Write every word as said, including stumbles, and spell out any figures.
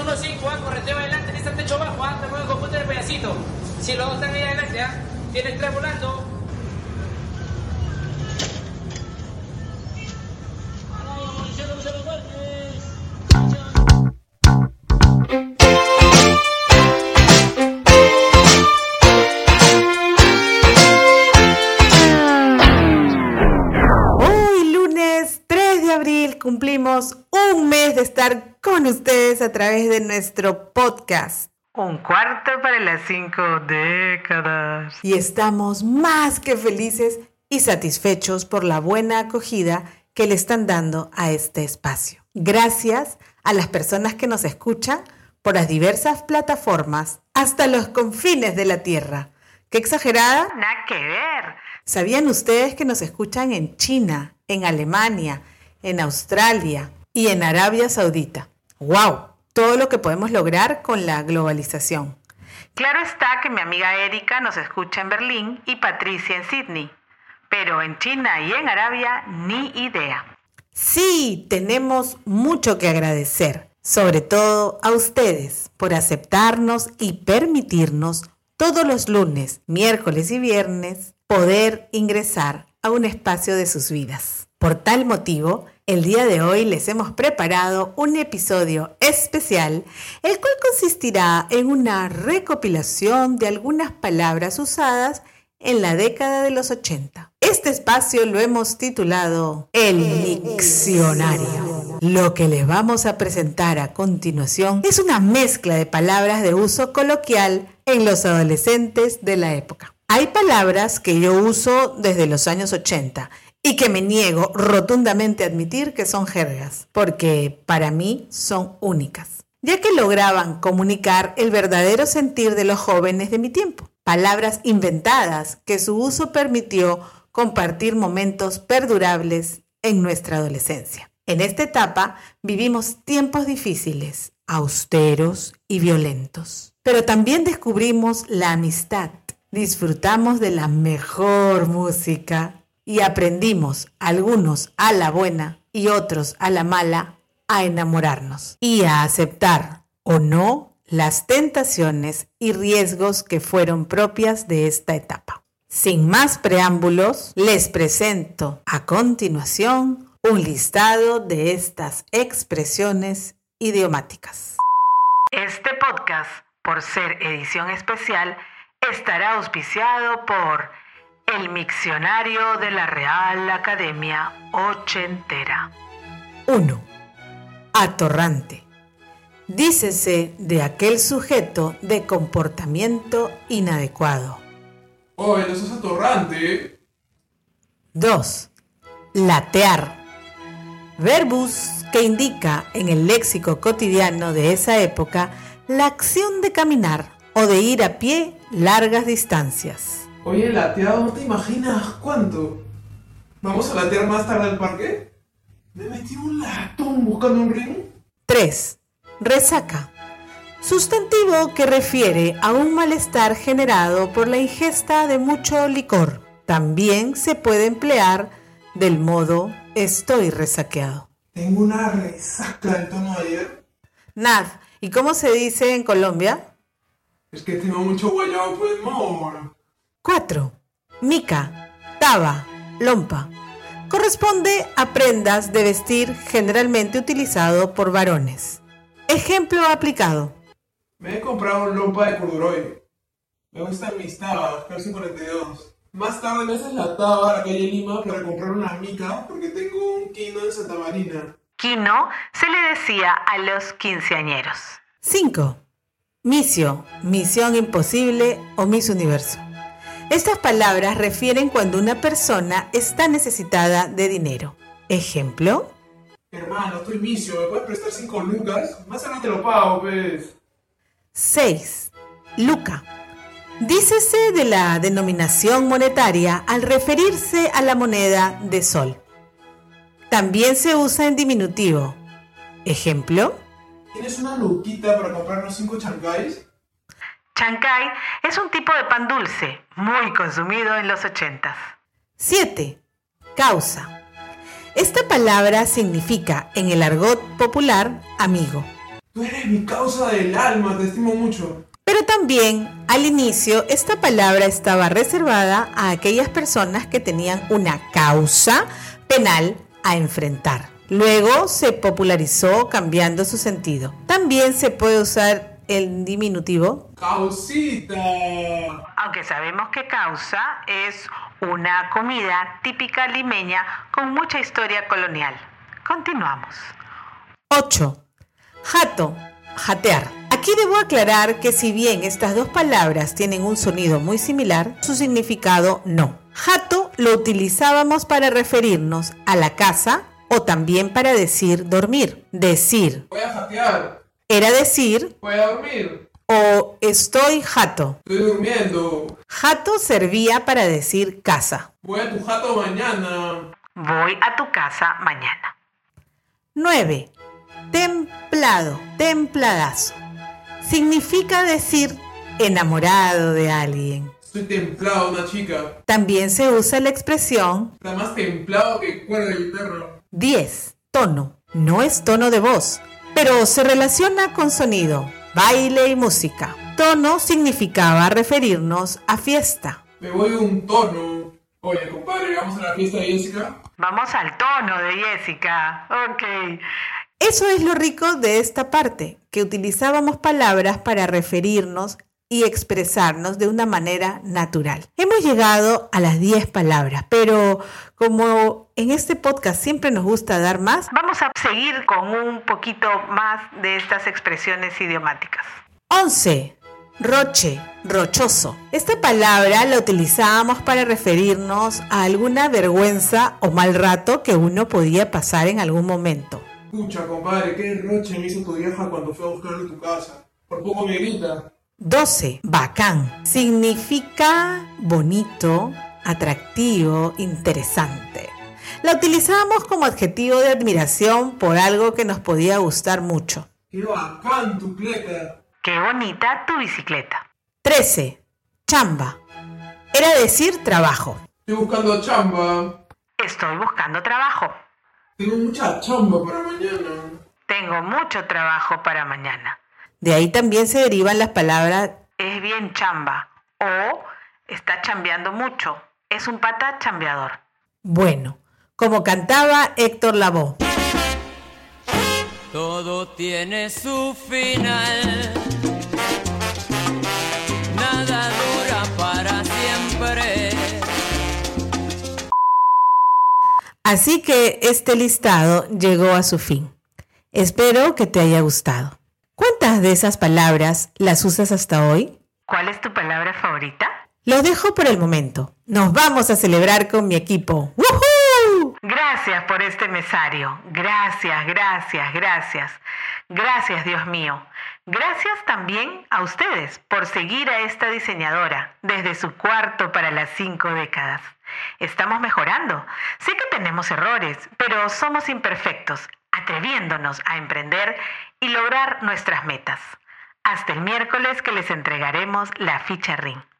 uno cinco, ah, correteo adelante, lista techo bajo, ah, te muevo con punta de payasito. Si los dos están ahí adelante, ah, tienes tres volando. Cumplimos un mes de estar con ustedes a través de nuestro podcast. Un cuarto para las cinco décadas. Y estamos más que felices y satisfechos por la buena acogida que le están dando a este espacio. Gracias a las personas que nos escuchan por las diversas plataformas hasta los confines de la tierra. ¡Qué exagerada! Nada que ver. ¿Sabían ustedes que nos escuchan en China, en Alemania, en Australia y en Arabia Saudita? ¡Wow! Todo lo que podemos lograr con la globalización. Claro está que mi amiga Erika nos escucha en Berlín y Patricia en Sydney, pero en China y en Arabia ni idea. Sí, tenemos mucho que agradecer, sobre todo a ustedes, por aceptarnos y permitirnos todos los lunes, miércoles y viernes poder ingresar a un espacio de sus vidas. Por tal motivo, el día de hoy les hemos preparado un episodio especial, el cual consistirá en una recopilación de algunas palabras usadas en la década de los ochenta. Este espacio lo hemos titulado El Miccionario. Lo que les vamos a presentar a continuación es una mezcla de palabras de uso coloquial en los adolescentes de la época. Hay palabras que yo uso desde los años ochenta y que me niego rotundamente a admitir que son jergas, porque para mí son únicas, ya que lograban comunicar el verdadero sentir de los jóvenes de mi tiempo. Palabras inventadas que su uso permitió compartir momentos perdurables en nuestra adolescencia. En esta etapa vivimos tiempos difíciles, austeros y violentos, pero también descubrimos la amistad, disfrutamos de la mejor música, y aprendimos, algunos a la buena y otros a la mala, a enamorarnos y a aceptar o no las tentaciones y riesgos que fueron propias de esta etapa. Sin más preámbulos, les presento a continuación un listado de estas expresiones idiomáticas. Este podcast, por ser edición especial, estará auspiciado por El Miccionario de la Real Academia Ochentera. uno. Atorrante. Dícese de aquel sujeto de comportamiento inadecuado. Oye, no sos atorrante. dos. Latear. Verbus que indica en el léxico cotidiano de esa época la acción de caminar o de ir a pie largas distancias. Oye, lateado, ¿no te imaginas cuánto? ¿Vamos a latear más tarde al parque? ¿Me metí un latón buscando un ring? tres. Resaca. Sustantivo que refiere a un malestar generado por la ingesta de mucho licor. También se puede emplear del modo estoy resaqueado. Tengo una resaca del tono de ayer. Nad, ¿y cómo se dice en Colombia? Es que tengo mucho guayabo, pues, amor. cuatro. Mica, taba, lompa. Corresponde a prendas de vestir generalmente utilizado por varones. Ejemplo aplicado. Me he comprado un lompa de corduroy. Me gustan mis tabas, casi cuarenta y dos. Más tarde me haces la taba a la calle Lima para comprar una mica porque tengo un quino en Santa Marina. Quino se le decía a los quinceañeros. cinco. Misio, misión imposible o Miss Universo. Estas palabras refieren cuando una persona está necesitada de dinero. Ejemplo. Hermano, estoy misio, ¿me puedes prestar cinco lucas? Más tarde te lo pago, pues. seis. Luca. Dícese de la denominación monetaria al referirse a la moneda de sol. También se usa en diminutivo. Ejemplo. ¿Tienes una luquita para comprarnos cinco chancáis? Chancay es un tipo de pan dulce muy consumido en los ochentas. siete. Causa. Esta palabra significa en el argot popular amigo. Tú eres mi causa del alma, te estimo mucho. Pero también, al inicio, esta palabra estaba reservada a aquellas personas que tenían una causa penal a enfrentar. Luego se popularizó cambiando su sentido. También se puede usar el diminutivo ¡Causita! Aunque sabemos que causa es una comida típica limeña con mucha historia colonial. Continuamos. ocho. Jato, jatear. Aquí debo aclarar que si bien estas dos palabras tienen un sonido muy similar, su significado no. Jato lo utilizábamos para referirnos a la casa o también para decir dormir. Decir Voy a jatear. era decir Voy a dormir. o estoy jato. Estoy durmiendo. Jato servía para decir casa. Voy a tu jato mañana. Voy a tu casa mañana. nueve. Templado, templadazo. Significa decir enamorado de alguien. Estoy templado, una chica. También se usa la expresión Está más templado que cuerda de guitarra. diez. Tono. No es tono de voz, pero se relaciona con sonido, baile y música. Tono significaba referirnos a fiesta. Me voy de un tono. Oye, compadre, ¿vamos a la fiesta de Jessica? Vamos al tono de Jessica. Ok. Eso es lo rico de esta parte, que utilizábamos palabras para referirnos y expresarnos de una manera natural. Hemos llegado a las diez palabras, pero como en este podcast siempre nos gusta dar más, Vamos a seguir con un poquito más de estas expresiones idiomáticas. once. Roche, rochoso. Esta palabra la utilizábamos para referirnos a alguna vergüenza o mal rato que uno podía pasar en algún momento. Escucha, compadre, qué roche me hizo tu vieja cuando fue a buscarle tu casa. Por poco me grita. doce. Bacán. Significa bonito, atractivo, interesante. La utilizábamos como adjetivo de admiración por algo que nos podía gustar mucho. ¡Qué bacán tu cleta! Qué bonita tu bicicleta. trece. Chamba. Era decir trabajo. Estoy buscando chamba. Estoy buscando trabajo. Tengo mucha chamba para mañana. Tengo mucho trabajo para mañana. De ahí también se derivan las palabras Es bien chamba. O está chambeando mucho. Es un pata chambeador. bueno, como cantaba Héctor Lavoe. Todo tiene su final, nada dura para siempre. Así que este listado llegó a su fin. Espero que te haya gustado. ¿Cuántas de esas palabras las usas hasta hoy? ¿Cuál es tu palabra favorita? Los dejo por el momento. Nos vamos a celebrar con mi equipo. ¡Woohoo! Gracias por este mesario. Gracias, gracias, gracias. Gracias, Dios mío. Gracias también a ustedes por seguir a esta diseñadora desde su cuarto para las cinco décadas. Estamos mejorando. Sé que tenemos errores, pero somos imperfectos, atreviéndonos a emprender y lograr nuestras metas. Hasta el miércoles que les entregaremos la ficha R I N.